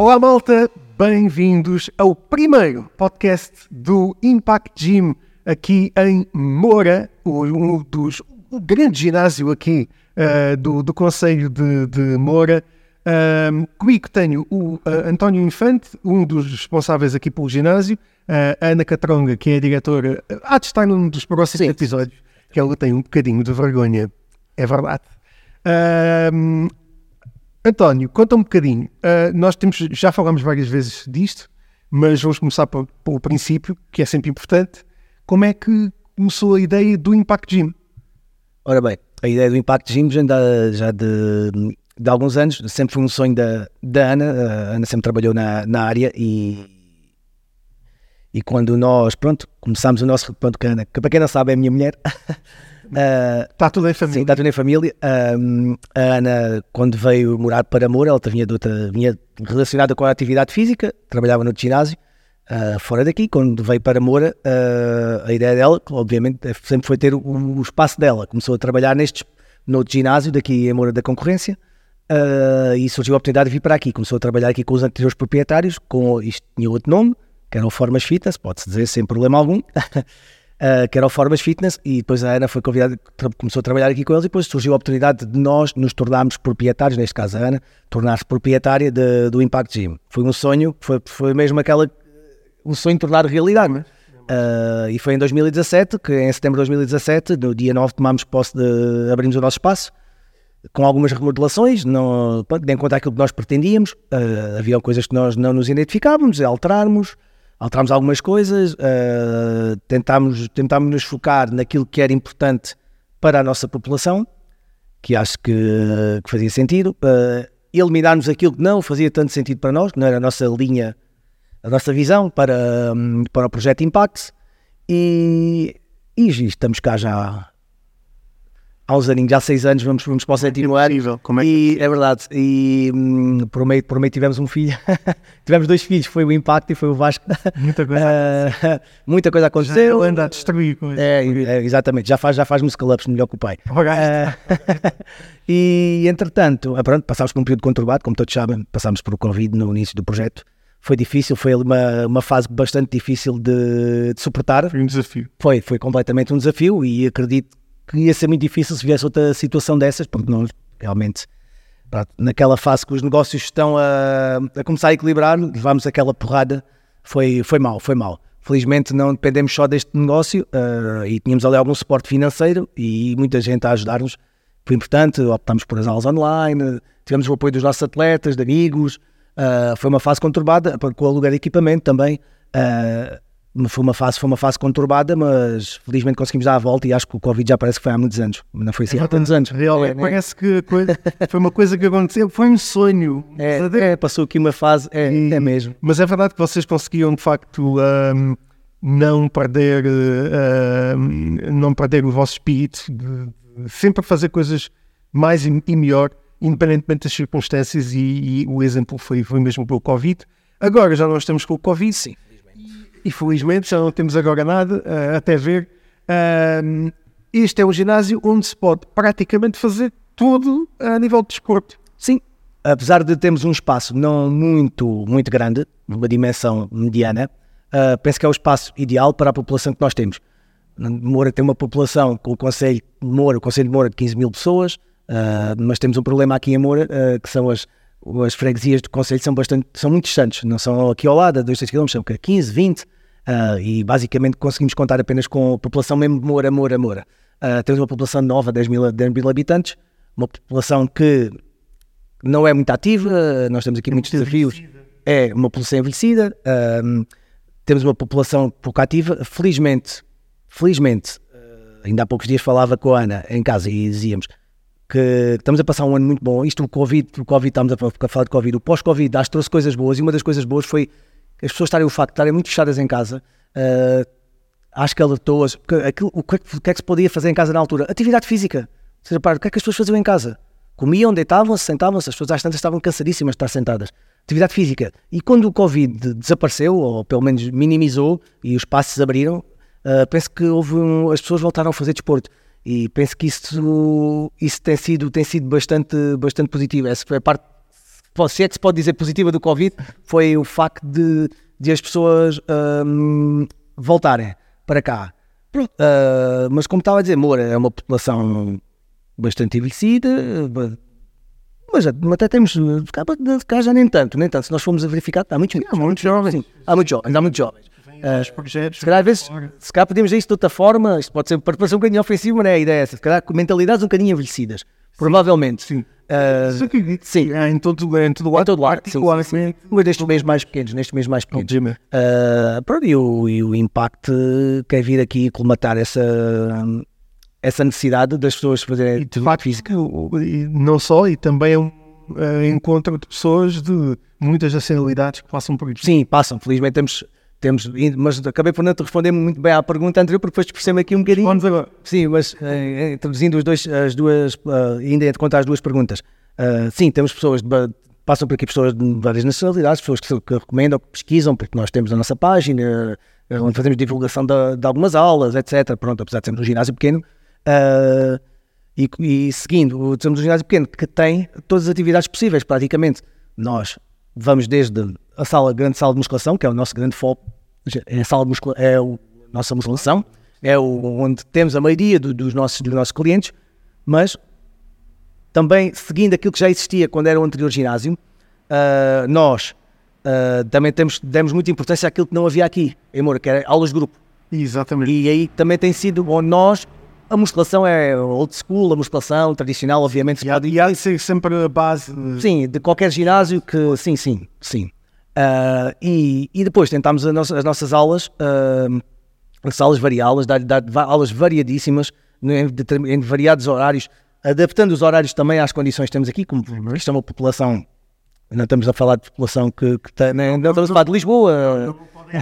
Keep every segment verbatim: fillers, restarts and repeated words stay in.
Olá malta, bem-vindos ao primeiro podcast do Impact Gym aqui em Moura, um dos, um grande ginásio aqui uh, do, do concelho de, de Moura. Um, comigo tenho o uh, António Infante, um dos responsáveis aqui pelo ginásio, uh, a Ana Catronga, que é a diretora, uh, há de estar num dos próximos Sim. episódios, que ela tem um bocadinho de vergonha, é verdade. Um, António, conta um bocadinho, uh, nós temos, já falámos várias vezes disto, mas vamos começar pelo, pelo princípio, que é sempre importante. Como é que começou a ideia do Impact Gym? Ora bem, a ideia do Impact Gym já, já de... de alguns anos, sempre foi um sonho da, da Ana. A Ana sempre trabalhou na, na área e, e quando nós, pronto, começámos o nosso, pronto, que a Ana, que para quem não sabe é a minha mulher. uh, está tudo em família. Sim, está tudo em família. Uh, a Ana, quando veio morar para Moura, ela vinha, de outra, vinha relacionada com a atividade física, trabalhava no ginásio, uh, fora daqui. Quando veio para Moura, uh, a ideia dela, obviamente, sempre foi ter o, o espaço dela. Começou a trabalhar neste, no outro ginásio, daqui em Moura da Concorrência. Uh, e surgiu a oportunidade de vir para aqui. Começou a trabalhar aqui com os anteriores proprietários, com isto tinha outro nome, que era o Formas Fitness, pode-se dizer sem problema algum, uh, que era o Formas Fitness, e depois a Ana foi convidada, começou a trabalhar aqui com eles, e depois surgiu a oportunidade de nós nos tornarmos proprietários, neste caso a Ana, tornar-se proprietária de, do Impact Gym. Foi um sonho, foi, foi mesmo aquela, um sonho de tornar realidade. Uh, e foi em dois mil e dezassete, que em setembro de dois mil e dezassete, no dia nove, tomámos posse de, abrimos o nosso espaço, com algumas remodelações, não, nem conta aquilo que nós pretendíamos. Uh, havia coisas que nós não nos identificávamos, alterámos, alterámos algumas coisas, uh, tentámos, tentámos nos focar naquilo que era importante para a nossa população, que acho que, que fazia sentido, uh, eliminarmos aquilo que não fazia tanto sentido para nós, que não era a nossa linha, a nossa visão para, um, para o projeto Impact, e, e estamos cá já há uns aninhos, já há seis anos, vamos, vamos para o sétimo ano. Como é, que... é verdade, e hum, por, meio, por meio tivemos um filho, tivemos dois filhos, foi o Impact e foi o Vasco. Muita coisa, uh, muita coisa aconteceu. Já anda a destruir coisas. É, é, exatamente, já faz, já faz muscle-ups melhor que o pai. Uh, e entretanto, pronto, passámos por um período conturbado, como todos sabem, passámos por o Covid no início do projeto. Foi difícil, foi uma, uma fase bastante difícil de, de suportar. Foi um desafio. Foi, foi completamente um desafio e acredito que ia ser muito difícil se viesse outra situação dessas, porque nós realmente, pronto, naquela fase que os negócios estão a, a começar a equilibrar, levámos aquela porrada, foi, foi mal, foi mal. Felizmente não dependemos só deste negócio uh, e tínhamos ali algum suporte financeiro e muita gente a ajudar-nos, foi importante, optámos por as aulas online, tivemos o apoio dos nossos atletas, de amigos, uh, foi uma fase conturbada, com o aluguer de equipamento também, uh, Foi uma, fase, foi uma fase conturbada, mas felizmente conseguimos dar a volta e acho que o Covid já parece que foi há muitos anos. Não foi assim há tantos anos. Real, é, parece que a coisa, foi uma coisa que aconteceu, foi um sonho. É, é passou aqui uma fase, é, e, é mesmo. Mas é verdade que vocês conseguiam de facto um, não, perder, um, não perder o vosso espírito, de, de sempre fazer coisas mais e, e melhor, independentemente das circunstâncias, e, e o exemplo foi, foi mesmo pelo Covid. Agora já não estamos com o Covid. Sim. E felizmente já não temos agora nada, uh, até ver. Uh, este é um ginásio onde se pode praticamente fazer tudo a nível de desporto. Sim, apesar de termos um espaço não muito, muito grande, uma dimensão mediana, uh, penso que é o espaço ideal para a população que nós temos. Moura tem uma população com o Concelho de Moura, o Concelho de Moura de quinze mil pessoas, uh, mas temos um problema aqui em Moura, uh, que são as as freguesias do Concelho são, bastante, são muito distantes, não são aqui ao lado, a dois, três quilómetros, são quinze, vinte, uh, e basicamente conseguimos contar apenas com a população mesmo de Moura, Moura, Moura. Uh, temos uma população nova, dez mil habitantes, uma população que não é muito ativa, nós temos aqui é muitos desafios, é uma população envelhecida, uh, temos uma população pouco ativa, felizmente, felizmente, uh, ainda há poucos dias falava com a Ana em casa e dizíamos que estamos a passar um ano muito bom. Isto, o Covid, o Covid, estamos a falar de Covid, o pós-Covid, acho que trouxe coisas boas, e uma das coisas boas foi as pessoas estarem, o facto de estarem muito fechadas em casa, uh, acho que alertou-as, aquilo, o, que é que, o que é que se podia fazer em casa na altura? Atividade física. Ou seja, para, o que é que as pessoas faziam em casa? Comiam, deitavam-se, sentavam-se, as pessoas às tantas estavam cansadíssimas de estar sentadas. Atividade física. E quando o Covid desapareceu, ou pelo menos minimizou, e os espaços abriram, uh, penso que houve um, as pessoas voltaram a fazer desporto. E penso que isso, isso tem sido, tem sido bastante, bastante positivo. Essa foi a parte se é que se pode dizer positiva do Covid, foi o facto de, de as pessoas um, voltarem para cá. Uh, mas como estava a dizer, Moura é uma população bastante envelhecida, mas até temos, cá já nem tanto, nem tanto. Se nós formos a verificar, há muitos, há muitos jovens. Sim, há muitos jovens, há muitos jovens. Uh, projetos, se calhar, às vezes, se calhar podemos dizer isto de outra forma, isto pode ser para parecer um bocadinho ofensivo, mas não é a ideia essa. Se calhar com mentalidades um bocadinho envelhecidas, sim. Provavelmente. Sim. Uh, Isso acredito. Sim. É, em todo, em todo o em todo o ar, sim, sim, sim. Mas nestes meios mais pequenos, nestes meios mais pequenos. Uh, pronto, e, o, e o impacto quer vir aqui colmatar essa, essa necessidade das pessoas fazerem e de facto, física. E não só, e também é um uh, encontro de pessoas de muitas nacionalidades que passam por aqui. Sim, passam. Felizmente temos... Temos, mas acabei por não te responder muito bem à pergunta anterior, porque depois dispersei-me aqui um bocadinho. Agora. Sim, mas eh, introduzindo os dois, as duas, uh, ainda entre contar as duas perguntas. Uh, sim, temos pessoas, de, passam por aqui pessoas de várias nacionalidades, pessoas que, que recomendam, que pesquisam, porque nós temos a nossa página, uh, onde fazemos divulgação de, de algumas aulas, etcétera. Pronto, apesar de sermos um ginásio pequeno. Uh, e, e seguindo, temos um ginásio pequeno que tem todas as atividades possíveis, praticamente. Nós vamos desde a sala, a grande sala de musculação, que é o nosso grande foco, é a sala de muscula, é a nossa musculação, é o, onde temos a maioria do, dos, nossos, dos nossos clientes, mas também seguindo aquilo que já existia quando era o anterior ginásio, uh, nós uh, também temos, demos muita importância àquilo que não havia aqui, em Moura, que era aulas de grupo. Exatamente. E aí também tem sido onde nós, a musculação é old school, a musculação tradicional, obviamente. E há, e há de ser sempre a base. De... Sim, de qualquer ginásio que, sim, sim, sim. Uh, e, e depois tentámos a nossa, as nossas aulas, uh, as aulas variadas, dar, dar aulas variadíssimas, em, em variados horários, adaptando os horários também às condições que temos aqui, como isto é uma população, não estamos a falar de população que, que tem, não, não estamos a falar de Lisboa,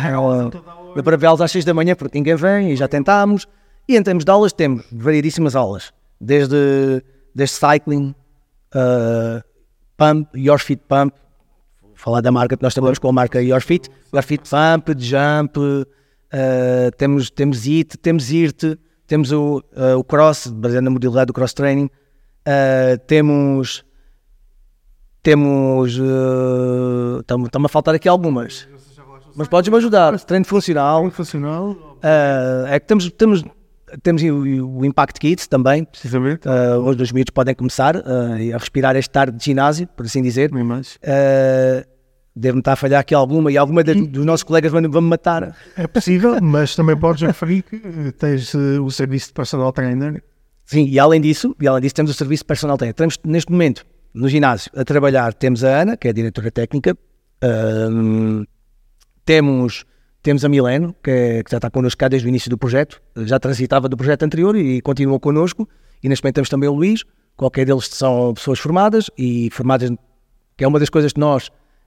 é para vê-los às seis da manhã porque ninguém vem e já tentámos. E em termos de aulas temos variedíssimas aulas, desde, desde cycling, uh, pump, Your Fit Pump, falar da marca que nós trabalhamos com a marca Your Fit, Your Fit Pump, Jump, uh, temos, temos I T, temos I R T, temos o, uh, o Cross, baseado na modalidade do Cross Training, uh, temos, temos, estão-me uh, a faltar aqui algumas, mas podes-me ajudar, treino funcional, funcional. Uh, é que temos, temos, temos o, o Impact Kids também, precisamente, uh, os dois miúdos podem começar uh, a respirar este ar de ginásio, por assim dizer. Uh, Devo-me estar a falhar aqui alguma e alguma de, dos nossos colegas vão-me vão matar. É possível, mas também podes referir que tens uh, o serviço de personal trainer. Sim, e além disso, e além disso temos o serviço de personal trainer. Estamos neste momento no ginásio a trabalhar, temos a Ana, que é a diretora técnica, uh, temos, temos a Mileno, que, é, que já está connosco cá desde o início do projeto, já transitava do projeto anterior e continua connosco, e neste momento temos também o Luís, qualquer deles são pessoas formadas, e formadas, que é uma das coisas que nós,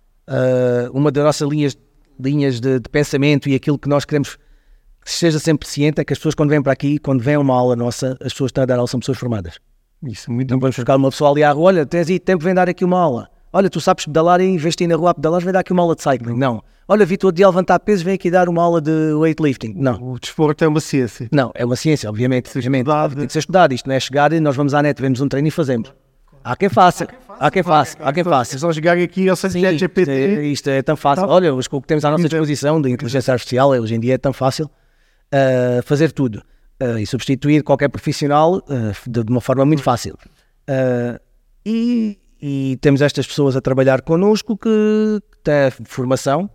uh, uma das nossas linhas, linhas de, de pensamento e aquilo que nós queremos que seja sempre ciente é que as pessoas quando vêm para aqui, quando vêm a uma aula nossa, as pessoas que estão a dar aula são pessoas formadas. Isso, muito não vamos buscar uma pessoa ali à rua, olha, tens aí tempo, vem dar aqui uma aula. Olha, tu sabes pedalar e em vez de ir na rua a pedalar, vem dar aqui uma aula de cycling. Não. Olha, vi-te outro dia a levantar pesos, vem aqui dar uma aula de weightlifting. Não. O desporto é uma ciência. Não, é uma ciência, obviamente. obviamente. Tem que ser estudado. Isto não é chegar e nós vamos à net, vemos um treino e fazemos. Há quem faça. Há quem faça. Há quem faça. É só chegar aqui ao centro de G P T. Isto é, isto é tão fácil. Olha, o que temos à nossa disposição de inteligência artificial, hoje em dia é tão fácil uh, fazer tudo. Uh, e substituir qualquer profissional uh, de, de uma forma muito fácil. Uh, e... E temos estas pessoas a trabalhar connosco que têm formação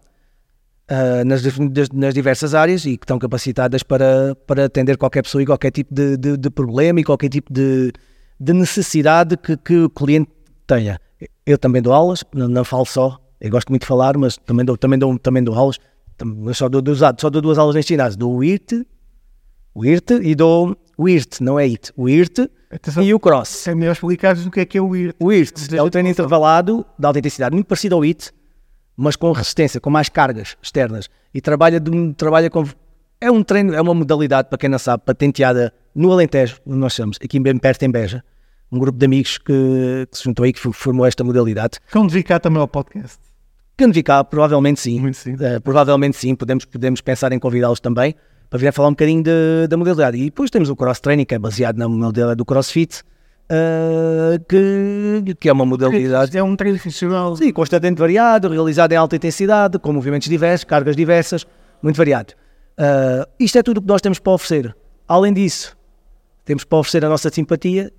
uh, nas, nas diversas áreas e que estão capacitadas para, para atender qualquer pessoa e qualquer tipo de, de, de problema e qualquer tipo de, de necessidade que, que o cliente tenha. Eu também dou aulas, não, não falo só, eu gosto muito de falar, mas também dou, também dou, também dou aulas, mas só dou, só dou duas aulas neste ginásio, dou o I R T, o I R T e dou o I R T, não é I T, o I R T Atenção, e o Cross. É melhor explicares o que é que é o I R T. O I R T é o treino intervalado de alta intensidade, muito parecido ao I T, mas com resistência, com mais cargas externas. E trabalha, de, trabalha com... É um treino, é uma modalidade, para quem não sabe, patenteada no Alentejo, onde nós chamamos, aqui bem perto em Beja. Um grupo de amigos que, que se juntou aí, que formou esta modalidade. Vão dedicar também ao podcast? Que dedicar, provavelmente sim. Muito sim. Uh, provavelmente sim, podemos, podemos pensar em convidá-los também, para vir a falar um bocadinho de, da modalidade. E depois temos o Cross Training, que é baseado na modalidade do CrossFit, uh, que, que é uma modalidade... É um treino funcional. Sim, constantemente variado, realizado em alta intensidade, com movimentos diversos, cargas diversas, muito variado. Uh, isto é tudo o que nós temos para oferecer. Além disso, temos para oferecer a nossa simpatia.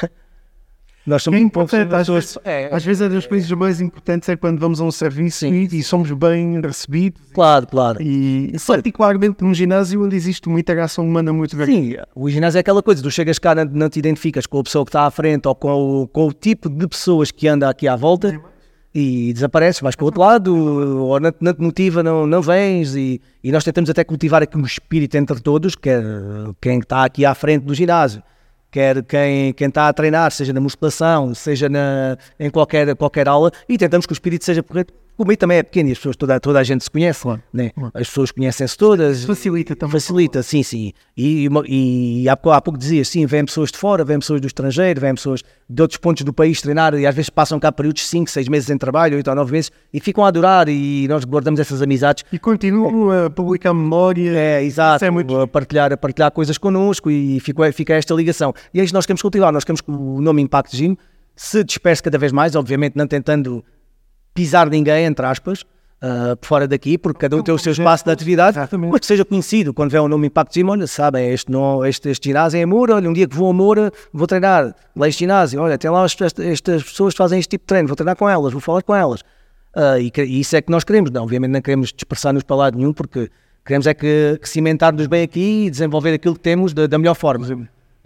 Nós somos é importante, às pessoas... vezes, é, às vezes é das coisas mais importantes é quando vamos a um serviço e, e somos bem recebidos. Claro, claro. E particularmente num ginásio onde existe uma interação humana muito grande. Sim, o ginásio é aquela coisa, tu chegas cá, não, não te identificas com a pessoa que está à frente ou com o, com o tipo de pessoas que anda aqui à volta e desapareces, vais para o outro lado, ou não, não te motiva, não, não vens, e, e nós tentamos até cultivar aqui um espírito entre todos, quer quem está aqui à frente do ginásio, quer quem, quem está a treinar, seja na musculação, seja na, em qualquer, qualquer aula, e tentamos que o espírito seja correto. O meio também é pequeno e as pessoas, toda, toda a gente se conhece, claro, né? Claro. As pessoas conhecem-se todas. Facilita também. Facilita, sim, sim. E, e, e há, há pouco dizias, sim, vêm pessoas de fora, vêm pessoas do estrangeiro, vêm pessoas de outros pontos do país treinar e às vezes passam cá períodos de cinco, seis meses em trabalho, oito ou nove meses, e ficam a adorar e nós guardamos essas amizades. E continuam é. a publicar memória. É, exato, é muito... a, partilhar, a partilhar coisas connosco e fica, fica esta ligação. E é isto que nós queremos cultivar, nós queremos que o nome Impact Gym se disperse cada vez mais, obviamente não tentando pisar ninguém, entre aspas, Uh, por fora daqui, porque cada um tem o seu espaço de atividade, exatamente, mas que seja conhecido. Quando vê o nome Impact Gym, olha, sabem, este, não, este, este ginásio é em Moura, olha, um dia que vou a Moura, vou treinar lá este ginásio, olha, tem lá estas, estas pessoas que fazem este tipo de treino, vou treinar com elas, vou falar com elas. Uh, e, e isso é que nós queremos, não, obviamente não queremos dispersar-nos para lado nenhum, porque queremos é que, que cimentar-nos bem aqui e desenvolver aquilo que temos da, da melhor forma. Uh,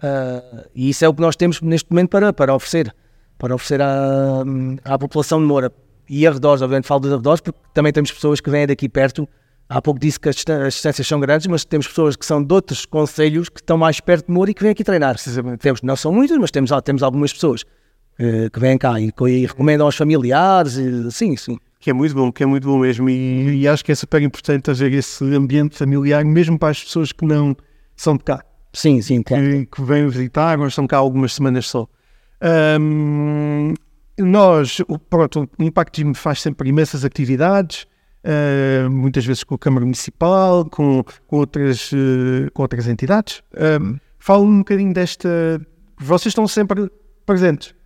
e isso é o que nós temos neste momento para, para oferecer, para oferecer à, à população de Moura. E arredores, obviamente falo dos arredores, porque também temos pessoas que vêm daqui perto. Há pouco disse que as distâncias são grandes, mas temos pessoas que são de outros concelhos que estão mais perto de Moura e que vêm aqui treinar. Temos, não são muitas, mas temos, temos algumas pessoas uh, que vêm cá e, e recomendam aos familiares, e, sim, sim. Que é muito bom, que é muito bom mesmo, e, e acho que é super importante haver esse ambiente familiar, mesmo para as pessoas que não são de cá. Sim, sim, claro. Que, que vêm visitar, ou estão cá algumas semanas só. Um, Nós, pronto, o Impact Gym faz sempre imensas atividades, uh, muitas vezes com a Câmara Municipal, com, com, outras, uh, com outras entidades. Um, Fala um bocadinho desta... Vocês estão sempre presentes.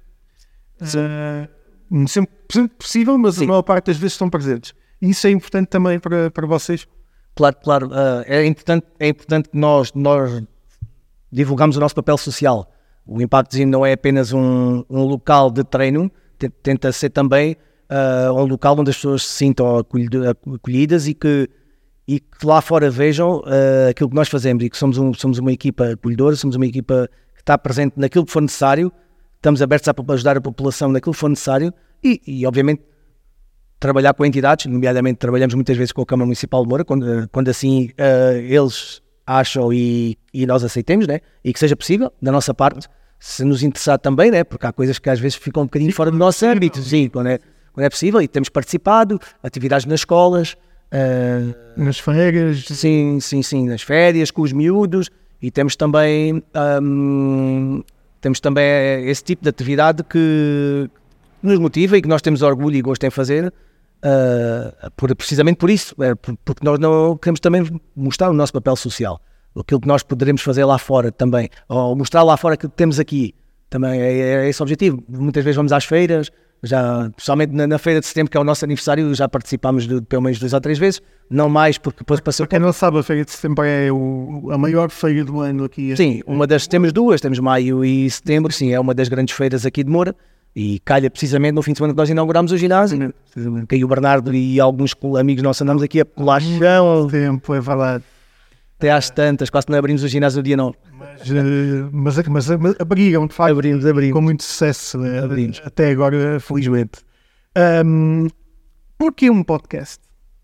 Uh, sempre, sempre possível, mas Sim. a maior parte das vezes estão presentes. E isso é importante também para, para vocês? Claro, claro. Uh, é importante, é importante que nós, nós divulgamos o nosso papel social. O Impact Gym não é apenas um, um local de treino, tenta ser também uh, um local onde as pessoas se sintam acolhidas e que, e que lá fora vejam uh, aquilo que nós fazemos e que somos, um, somos uma equipa acolhedora, somos uma equipa que está presente naquilo que for necessário, estamos abertos a ajudar a população naquilo que for necessário e, e obviamente, trabalhar com entidades, nomeadamente trabalhamos muitas vezes com a Câmara Municipal de Moura, quando, quando assim uh, eles acham e, e nós aceitemos, né? E que seja possível, da nossa parte, se nos interessar também, né? Porque há coisas que às vezes ficam um bocadinho sim, fora do nosso âmbito, sim, quando é, quando é possível, e temos participado, atividades nas escolas, uh, nas férias, sim, sim, sim, nas férias, com os miúdos, e temos também, um, temos também esse tipo de atividade que nos motiva e que nós temos orgulho e gosto em fazer, uh, por, precisamente por isso, é, porque nós não queremos também mostrar o nosso papel social. Aquilo que nós poderemos fazer lá fora também, ou mostrar lá fora aquilo que temos aqui, também é, é esse o objetivo. Muitas vezes vamos às feiras, já, principalmente na, na feira de setembro, que é o nosso aniversário, já participámos de, de pelo menos duas ou três vezes, não mais, porque depois passou... Para quem não sabe, a feira de setembro é o, a maior feira do ano aqui. Sim, uma das, temos duas, temos maio e setembro, sim, é uma das grandes feiras aqui de Moura, e calha precisamente no fim de semana que nós inauguramos o ginásio, que aí o Bernardo e alguns amigos nossos andamos aqui a pular chão. Tempo, é verdade. Até às tantas, quase não abrimos o ginásio no dia nove. Mas, mas, mas, mas abriram, de facto, abrimos, abrimos. com muito sucesso, abrimos. Até agora, felizmente. Um, Porquê um podcast?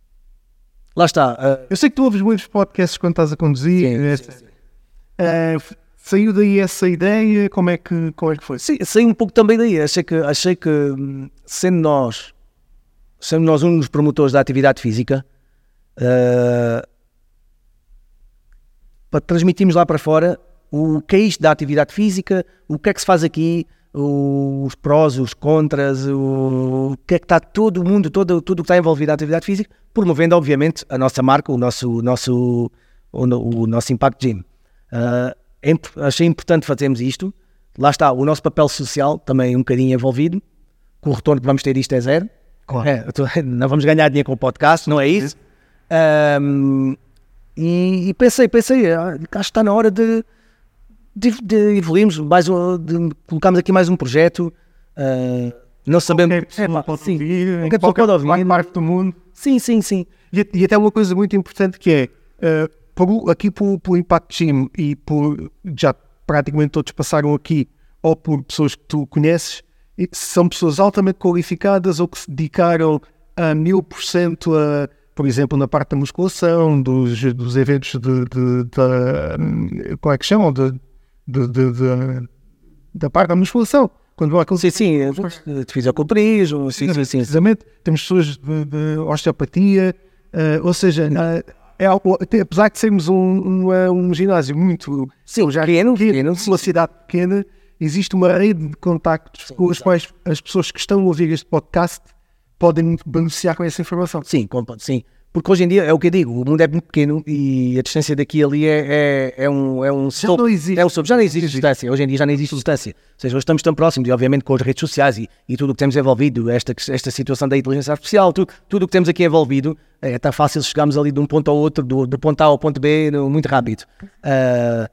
Lá está. Uh... Eu sei que tu ouves muitos podcasts quando estás a conduzir. Sim, sim, sim. Uh, saiu daí essa ideia? Como é que, como é que foi? Sim, saiu um pouco também daí. Achei que, achei que sendo nós, sendo nós um dos promotores da atividade física, uh, para transmitirmos lá para fora o que é isto da atividade física, o que é que se faz aqui, os prós, os contras, o, o que é que está todo o mundo, todo, tudo o que está envolvido na atividade física, promovendo obviamente a nossa marca, o nosso, o nosso, o, o nosso Impact Gym. Uh, é, achei importante fazermos isto, lá está, o nosso papel social também um bocadinho envolvido, com o retorno que vamos ter isto é zero. Claro. É, tô, não vamos ganhar dinheiro com o podcast, não é isso? Um, e, e pensei, pensei, acho que está na hora de, de, de evoluirmos, mais um, de colocarmos aqui mais um projeto. Uh, não sabemos... Qualquer pessoa é, pá, pode sim, ouvir, em qualquer pessoa qualquer pode ouvir. parte do mundo. Sim, sim, sim. E, e até uma coisa muito importante que é, uh, por, aqui pelo, pelo Impact Gym e por, já praticamente todos passaram aqui, ou por pessoas que tu conheces, são pessoas altamente qualificadas ou que se dedicaram a mil por cento a, por exemplo, na parte da musculação, dos, dos eventos de, de, de, como é que chamam? De, de, de, de, da parte da musculação. Quando vão àqueles... Sim, sim, de fisiculturismo, sim, sim, sim. Precisamente, temos pessoas de, de osteopatia, uh, ou seja, uh, é algo, apesar de sermos um, um, um ginásio muito sim, já pequeno, pequeno, pequeno, uma cidade pequena, existe uma rede de contactos sim, com os exato. quais as pessoas que estão a ouvir este podcast podem beneficiar com essa informação. Sim, sim. Porque hoje em dia é o que eu digo, o mundo é muito pequeno e a distância daqui a ali é, é, é um é um já não existe. É um já não existe distância, hoje em dia já não existe distância. Ou seja, hoje estamos tão próximos e obviamente com as redes sociais e, e tudo o que temos envolvido, esta, esta situação da inteligência artificial, tudo, tudo o que temos aqui envolvido, é tão fácil chegarmos ali de um ponto ao outro, do, do ponto A ao ponto B, muito rápido. Uh,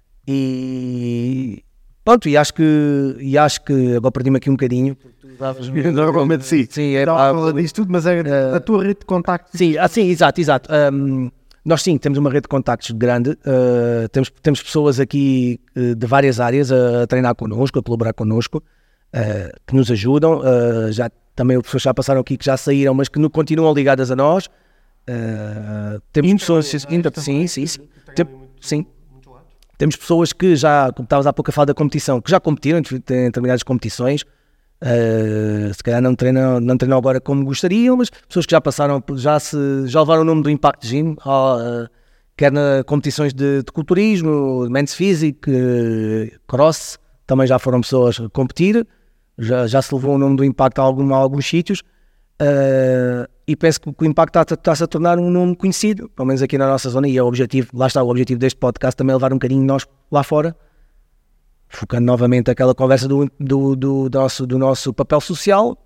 e pronto, e acho que, e acho que agora perdi-me aqui um bocadinho. Normalmente sim. Sim, é Não pá, fala disto tudo, mas é uh, a tua rede de contactos. Sim, ah, sim, exato, exato. Um, nós sim, temos uma rede de contactos grande, uh, temos, temos pessoas aqui uh, de várias áreas a treinar connosco, a colaborar connosco, uh, que nos ajudam, uh, já, também as pessoas já passaram aqui que já saíram, mas que no, continuam ligadas a nós. Uh, temos Inter, pessoas... Inter, sim, sim, sim. Tem, sim. Temos pessoas que já, como estavas há pouco a falar da competição, que já competiram em determinadas competições, uh, se calhar não treinam, não treinam agora como gostariam, mas pessoas que já passaram, já, se, já levaram o nome do Impact Gym, uh, quer nas competições de, de culturismo, men's physique, uh, cross, também já foram pessoas a competir, já, já se levou o nome do Impact a, algum, a alguns sítios, uh, e penso que o Impact está, está-se a tornar um nome conhecido, pelo menos aqui na nossa zona, e é o objetivo, lá está o objetivo deste podcast, também é levar um bocadinho nós lá fora, focando novamente aquela conversa do, do, do, do, nosso, do nosso papel social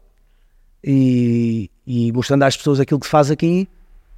e, e mostrando às pessoas aquilo que se faz aqui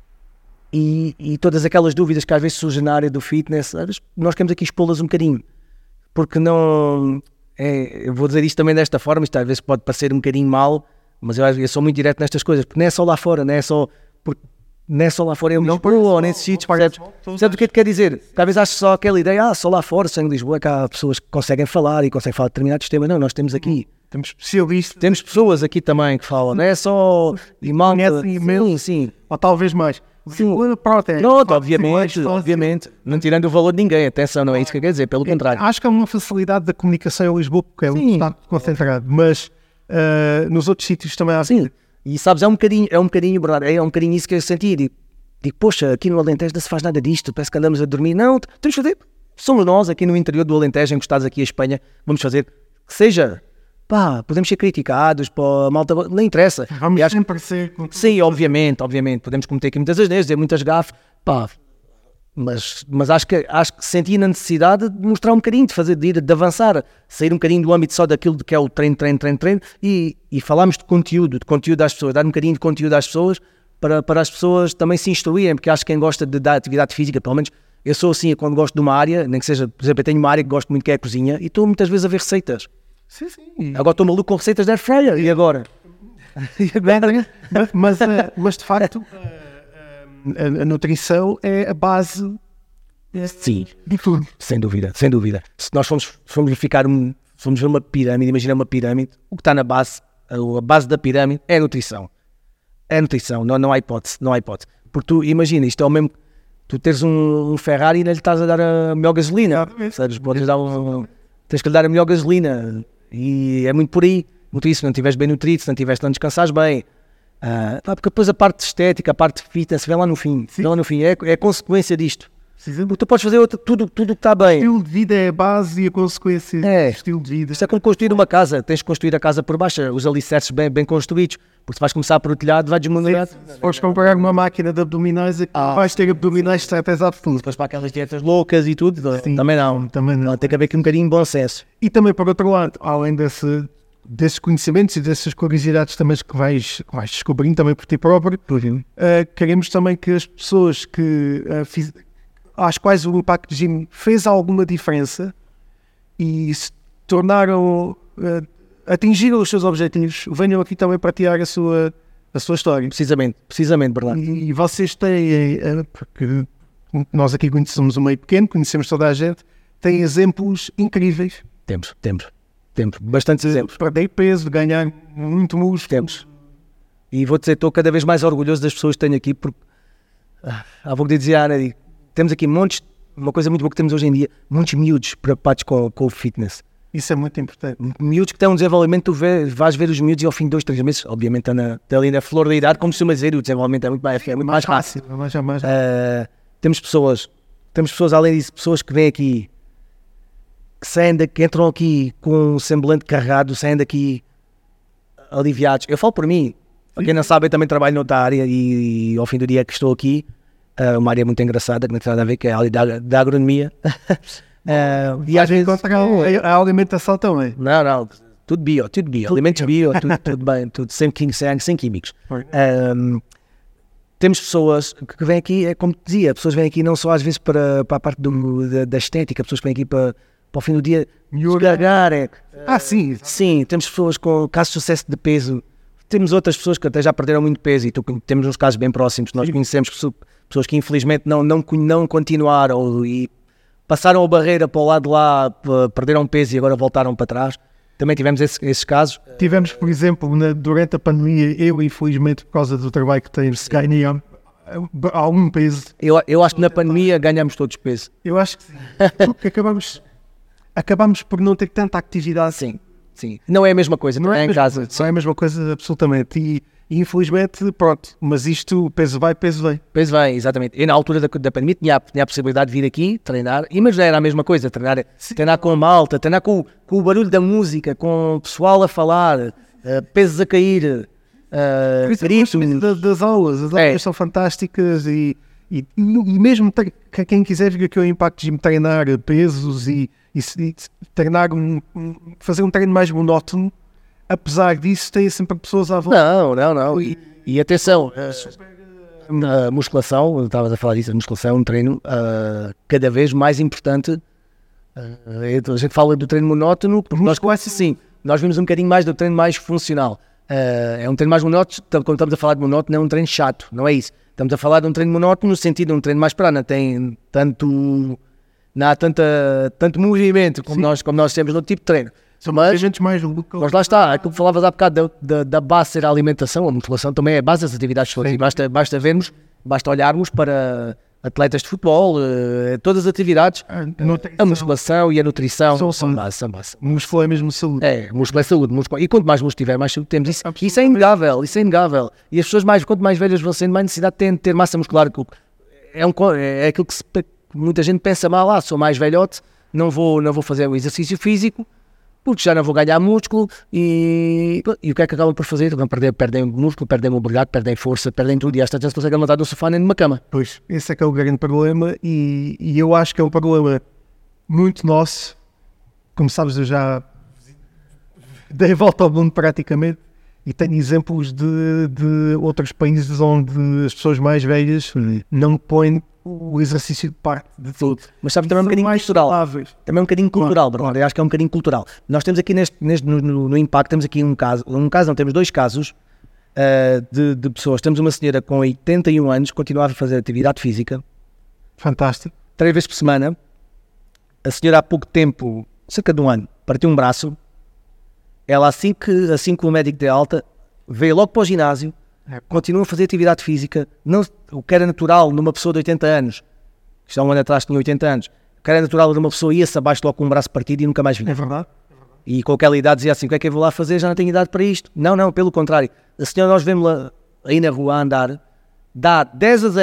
e, e todas aquelas dúvidas que às vezes surgem na área do fitness, nós queremos aqui expô-las um bocadinho, porque não... É, eu vou dizer isto também desta forma, isto às vezes pode parecer um bocadinho mal, mas eu, eu sou muito direto nestas coisas, porque não é só lá fora, não é só, porque, não é só lá fora, é em Lisboa ou nesses sítios, percebes? Percebes o que é que quer dizer? Porque às vezes acho só aquela ideia, ah, só lá fora, só em Lisboa, é que há pessoas que conseguem falar e conseguem falar de determinados temas. Não, nós temos aqui, temos especialistas, temos pessoas aqui também que falam, não é só e malta, sim, sim, ou talvez mais. Sim. Pronto, é, Pronto, obviamente, obviamente, não tirando o valor de ninguém, atenção, não é isso que quer dizer, pelo contrário. Acho que é uma facilidade da comunicação em Lisboa, porque é um estado concentrado, mas uh, nos outros sítios também há... Sim, e sabes, é um bocadinho, é um bocadinho, verdade, é um bocadinho isso que eu senti, digo, digo, poxa, aqui no Alentejo não se faz nada disto, parece que andamos a dormir, não, temos que fazer, somos nós aqui no interior do Alentejo, encostados aqui à Espanha, vamos fazer, que seja... Pá, podemos ser criticados, pá, a malta, não interessa. Vamos acho, sempre ser... Sim, obviamente, obviamente, podemos cometer aqui muitas asneiras, dizer muitas gafes, pá, mas, mas acho, que, acho que senti na necessidade de mostrar um bocadinho, de fazer, de ir, de avançar, sair um bocadinho do âmbito só daquilo que é o treino, treino, treino, treino, e, e falarmos de conteúdo, de conteúdo às pessoas, dar um bocadinho de conteúdo às pessoas, para, para as pessoas também se instruírem, porque acho que quem gosta de dar atividade física, pelo menos, eu sou assim, quando gosto de uma área, nem que seja, por exemplo, eu tenho uma área que gosto muito que é a cozinha, e estou muitas vezes a ver receitas. Sim, sim. Agora estou maluco com receitas de air fryer, e agora? mas, mas de facto a, a, a nutrição é a base Sim, de tudo. Sem dúvida, sem dúvida. Se nós formos, formos verificar, um, formos ver uma pirâmide, imagina uma pirâmide, o que está na base, a, a base da pirâmide é a nutrição. É a nutrição, não, não há hipótese, não há hipótese. Porque tu, imagina, isto é o mesmo, tu teres um, um Ferrari e não lhe estás a dar a melhor gasolina, sabes? Podes dar um, tens que lhe dar a melhor gasolina, e é muito por aí. Muito isso, se não estiveres bem nutrido, se não estiveres, não descansares bem. Uh, porque depois a parte estética, a parte de fitness, vem lá no fim, vem lá no fim, é, é consequência disto. Porque tu podes fazer outro, tudo o tudo que está bem. O estilo de vida é a base e a consequência É. do estilo de vida. Isto é como construir uma casa. Tens que construir a casa por baixo, os alicerces bem, bem construídos. Porque se vais começar por o telhado, vai desmoronando. Se fores comprar uma máquina de abdominais, Ah. vais ter abdominais de certeza absoluta. Depois para aquelas dietas loucas e tudo, Sim. também não. Também não. Tem que haver aqui um bocadinho de bom senso. E também, por outro lado, além desse, desses conhecimentos e dessas curiosidades também que vais, que vais descobrindo também por ti próprio, uh, queremos também que as pessoas que, uh, fiz, às quais o Impact Gym fez alguma diferença e se tornaram, uh, atingiram os seus objetivos, venham aqui também partilhar a sua, a sua história. Precisamente, precisamente, Bernardo. E, e vocês têm, uh, porque nós aqui conhecemos um meio pequeno, conhecemos toda a gente, têm exemplos incríveis. Temos, temos, temos bastantes exemplos. Perder peso, de ganhar muito músculo. Temos. E vou dizer, estou cada vez mais orgulhoso das pessoas que tenho aqui, porque ah, há pouco de dizer a Ana, digo, temos aqui montes, uma coisa muito boa que temos hoje em dia, muitos miúdos preocupados com, com o fitness. Isso é muito importante. Miúdos que têm um desenvolvimento, tu vê, vais ver os miúdos e ao fim de dois, três meses, obviamente está, na, está ali na flor da idade, como se costuma dizer, o desenvolvimento é muito mais, é muito mais rápido. Fácil, mais, mais. Uh, temos pessoas, temos pessoas além disso, pessoas que vêm aqui, que saem daqui, que entram aqui com um semblante carregado, saem daqui aliviados. Eu falo por mim, para quem não sabe, eu também trabalho noutra área e, e ao fim do dia que estou aqui, uh, uma área muito engraçada, que não tem nada a ver, que é a área da, da agronomia. uh, e às vezes... A alimentação também. Não, não, tudo bio, tudo bio, alimentos bio, tudo, tudo bem, tudo sem, sem, sem químicos. Um, temos pessoas que vêm aqui, é como te dizia, pessoas vêm aqui não só às vezes para, para a parte do, da, da estética, pessoas que vêm aqui para, para o fim do dia descarregar. É, ah, sim. Sim, temos pessoas com casos de sucesso de peso, temos outras pessoas que até já perderam muito peso e tu, temos uns casos bem próximos, nós conhecemos pessoas que infelizmente não, não, não continuaram e passaram a barreira para o lado de lá, perderam peso e agora voltaram para trás. Também tivemos esse, esses casos. Tivemos, por exemplo, na, durante a pandemia, eu infelizmente por causa do trabalho que tenho, ganhei algum peso. Eu, eu acho que na pandemia ganhamos todos peso. Eu acho que sim. Porque acabamos, acabamos por não ter tanta atividade. Sim, sim. Não é a mesma coisa, não é, é em casa. Não é a mesma coisa, absolutamente. E, e infelizmente, pronto, mas isto, peso vai, peso vem. Peso vem, exatamente. Eu na altura da, da pandemia tinha a, tinha a possibilidade de vir aqui treinar, e mas já era a mesma coisa, treinar, treinar com a malta, treinar com, com o barulho da música, com o pessoal a falar, uh, pesos a cair, uh, gritos. Das, das aulas, as aulas é. são fantásticas e, e, e mesmo ter, quem quiser vir aqui ao Impact Gym treinar pesos e, e, e treinar um, um, fazer um treino mais monótono, apesar disso, tem sempre pessoas à volta. Não, não, não. E, e atenção, uh, a musculação, estavas a falar disso, a musculação é um treino uh, cada vez mais importante. Uh, a gente fala do treino monótono, porque nós quase assim, nós vimos um bocadinho mais do treino mais funcional. Uh, é um treino mais monótono, quando estamos a falar de monótono, é um treino chato, não é isso. Estamos a falar de um treino monótono no sentido de um treino mais para não tem tanto, não há tanta, tanto movimento como nós, como nós temos no tipo de treino. São mas, mais mas lá está, aquilo que falavas há bocado da, da, da base ser a alimentação, a musculação também é a base das atividades físicas. Basta, basta vermos, basta olharmos para atletas de futebol, uh, todas as atividades, a, a musculação e a nutrição são, são base, são base. Músculo é mesmo saúde. É, músculo é saúde, músculo, e quanto mais músculo tiver, mais saúde temos. Isso, isso é inegável, isso é inegável. E as pessoas, mais, quanto mais velhas vão sendo, mais necessidade têm de ter massa muscular. É, um, é aquilo que se, muita gente pensa mal, ah, sou mais velhote, não vou, não vou fazer o exercício físico, porque já não vou ganhar músculo e, e o que é que acabam por fazer? Vão perder, perdem músculo, perdem mobilidade, perdem força, perdem tudo e às tantas não se conseguem levantar de um sofá nem de uma cama. Pois, esse é que é o grande problema e, e eu acho que é um problema muito nosso. Como sabes, eu já dei a volta ao mundo praticamente e tenho exemplos de, de outros países onde as pessoas mais velhas não põem o exercício de parte de tudo. Mas sabes, também é um bocadinho cultural. Saudáveis. Também é um bocadinho cultural, claro, claro. Eu acho que é um bocadinho cultural. Nós temos aqui neste, neste, no, no, no Impact, temos aqui um caso, um caso não, temos dois casos uh, de, de pessoas. Temos uma senhora com oitenta e um anos, continuava a fazer atividade física. Fantástico. Três vezes por semana. A senhora há pouco tempo, cerca de um ano, partiu um braço. Ela assim que, assim que o médico deu alta, veio logo para o ginásio, é. Continua a fazer atividade física, não, o que era natural numa pessoa de oitenta anos, que está um ano atrás tinha oitenta anos, o que era natural numa pessoa ia-se abaixo logo com um braço partido e nunca mais vinha. É verdade. E com aquela idade dizia assim, o que é que eu vou lá fazer, já não tenho idade para isto. Não, não, pelo contrário. A senhora, nós vemos-la aí na rua a andar, dá dez a zero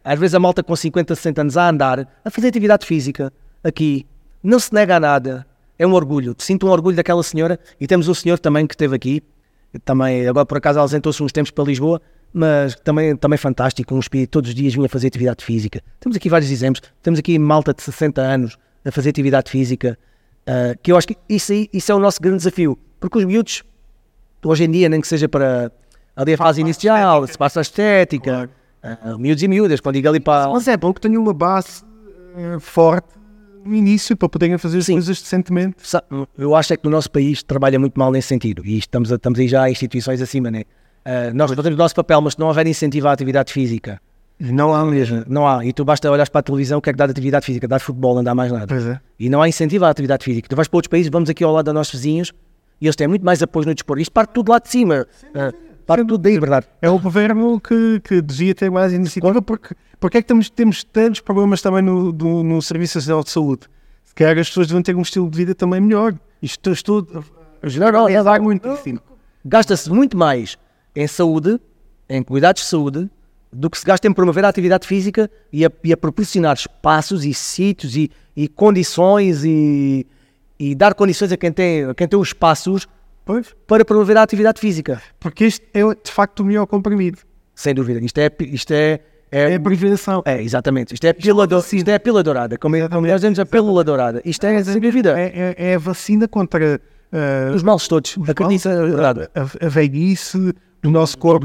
Às vezes a malta com cinquenta, sessenta anos a andar, a fazer atividade física, aqui, não se nega a nada. É um orgulho. Sinto um orgulho daquela senhora. E temos um senhor também que esteve aqui, também, agora por acaso ausentou-se uns tempos para Lisboa, mas também, também fantástico, um espírito, todos os dias vinha fazer atividade física. Temos aqui vários exemplos. Temos aqui malta de sessenta anos a fazer atividade física, uh, que eu acho que isso, aí, isso é o nosso grande desafio. Porque os miúdos, hoje em dia, nem que seja para ali a fase inicial, se passa a estética, claro. uh, miúdos e miúdas, quando digo ali para... Mas é bom que tenham uma base uh, forte no início para poderem fazer as Sim. coisas decentemente. Eu acho é que no nosso país trabalha muito mal nesse sentido, e estamos, a, estamos aí já a instituições acima, né? Uh, nós fazemos o nosso papel, mas se não houver incentivo à atividade física, não há mesmo. Não há, e tu basta olhar para a televisão, o que é que dá de atividade física? Dá de futebol, não dá mais nada. Pois é. E não há incentivo à atividade física. Tu vais para outros países, vamos aqui ao lado dos nossos vizinhos, e eles têm muito mais apoio no desporto. Isto parte tudo lá de cima. Uh, parte tudo daí, verdade. É o governo que, que devia ter mais iniciativa, porque, porque é que temos, temos tantos problemas também no, do, no Serviço Nacional de Saúde? Se calhar as pessoas devem ter um estilo de vida também melhor. Isto estou a ajudar a dar muito. Gasta-se muito mais em saúde, em cuidados de saúde, do que se gasta em promover a atividade física e a, e a proporcionar espaços e sítios e, e condições e, e dar condições a quem tem, a quem tem os espaços pois. Para promover a atividade física. Porque este é de facto o melhor comprimido. Sem dúvida. Isto é, isto é, é, é a prevenição. É, exatamente. Isto é a pílula, do, isto é a pílula dourada. Como nós dizemos, a pílula dourada. Isto é, sem dúvida. É, é, é a vacina contra... Uh, os males todos. Acredita, a, a, a velhice do nosso corpo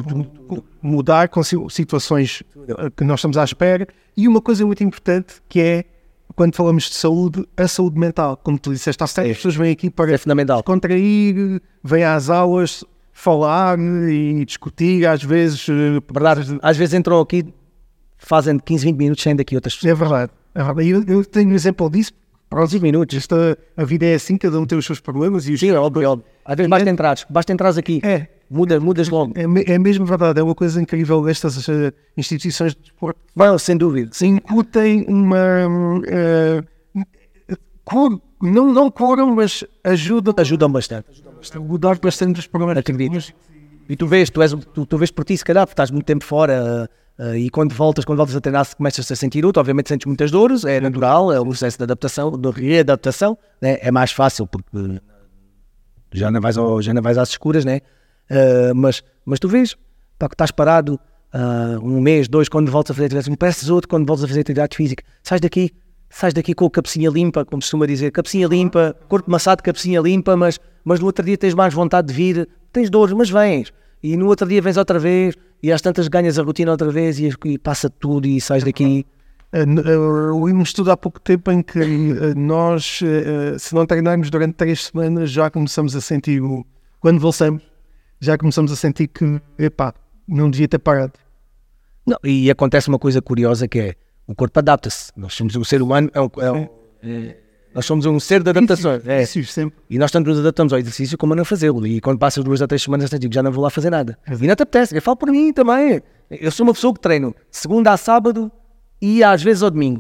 mudar com situações que nós estamos à espera. E uma coisa muito importante que é, quando falamos de saúde, a saúde mental. Como tu disseste, há certas pessoas vêm aqui para é fundamental. Contrair, vêm às aulas falar e discutir, às vezes... Verdade, às vezes entram aqui, fazem quinze, vinte minutos, saem daqui outras pessoas. É verdade. É verdade. Eu, eu tenho um exemplo disso. Para os minutos, esta, a vida é assim, cada um tem os seus problemas e os... Sim, é óbvio, é óbvio. Às vezes basta entrares, basta entrares aqui, é. Muda, mudas logo. É, é mesmo verdade, é uma coisa incrível destas uh, instituições de desporto. Bom, sem dúvida. Se incutem uma... Uh, cur, não, não curam, mas ajudam... Ajudam bastante. A mudar bastante os problemas. Acredito. E tu vês, tu, és, tu, tu vês por ti, se calhar, porque estás muito tempo fora... Uh, Uh, e quando voltas, quando voltas a treinar, começas a sentir outro, obviamente sentes muitas dores, é natural, é um processo de adaptação, de readaptação, né? É mais fácil porque já não vais, ao, já não vais às escuras, né? Uh, mas, mas tu vês, pá, que estás parado uh, um mês, dois, quando voltas a fazer atividade física, pareces outro quando voltas a fazer atividade física, sais daqui, sais daqui com a cabecinha limpa, como se costuma dizer, cabecinha limpa, corpo maçado, cabecinha limpa, mas, mas no outro dia tens mais vontade de vir, tens dores, mas vens. E no outro dia vens outra vez, e às tantas ganhas a rotina outra vez, e, e passa tudo e sais daqui. Eu estudo há pouco tempo em que nós, se não treinarmos durante três semanas, já começamos a sentir, quando voltamos, já começamos a sentir que, epá, não devia ter parado. Não, e acontece uma coisa curiosa que é, o corpo adapta-se. Nós somos um ser humano, é um, é um, é, nós somos um ser de adaptações. É. E nós tanto nos adaptamos ao exercício como a não fazê-lo. E quando passas duas ou três semanas, eu digo, já não vou lá fazer nada. E não te apetece. Eu falo por mim também. Eu sou uma pessoa que treino de segunda a sábado e às vezes ao domingo.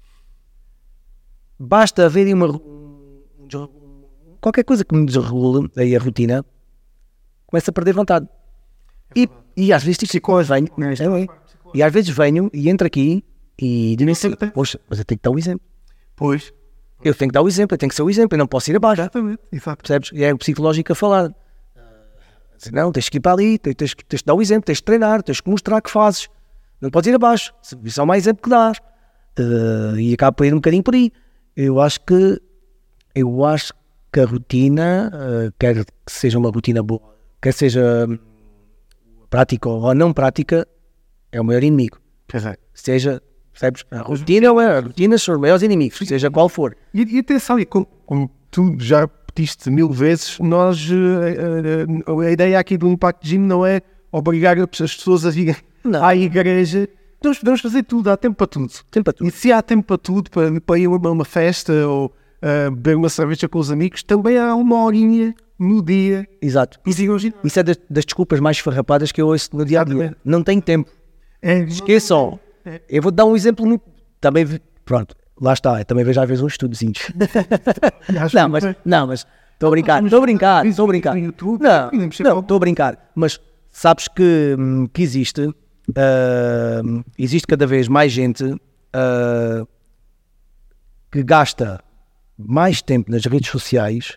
Basta haver uma... qualquer coisa que me desregule aí a rotina, começo a perder vontade. E, e às vezes tipo, venho, é, e às vezes venho e entro aqui e digo assim, poxa, mas eu tenho que dar o exemplo. Pois. Eu tenho que dar o exemplo, eu tenho que ser o exemplo, eu não posso ir abaixo. Exatamente, exato. Percebes? E é o psicológico a falar. Não, tens que ir para ali, tens, tens, tens que dar o exemplo, tens que treinar, tens que mostrar que fazes. Não podes ir abaixo, isso é o mais exemplo que dás. Uh, e acaba por ir um bocadinho por aí. Eu acho que, eu acho que a rotina, uh, quer que seja uma rotina boa, quer seja prática ou não prática, é o maior inimigo. Pois é. Seja... Percebes? A rotina, a rotina são os maiores inimigos, seja qual for. E, e atenção, e como, como tu já repetiste mil vezes, nós, a, a, a ideia aqui do Impact Gym não é obrigar as pessoas a virem não. à igreja. Nós podemos fazer tudo, há tempo para tudo. Tempo para tudo. E se há tempo para tudo, para, para ir a uma festa ou uh, beber uma cerveja com os amigos, também há uma horinha no dia. Exato. Isso, isso é das, das desculpas mais farrapadas que eu ouço no dia a dia. Não tenho tempo. É, Esqueçam. É. Eu vou dar um exemplo muito... Também, pronto, lá está. Eu também vejo às vezes uns estudozinhos. não, mas não, mas estou a brincar. Estou a brincar. Estou a brincar. Não, não, estou a brincar. Mas sabes que, que existe uh, existe cada vez mais gente uh, que gasta mais tempo nas redes sociais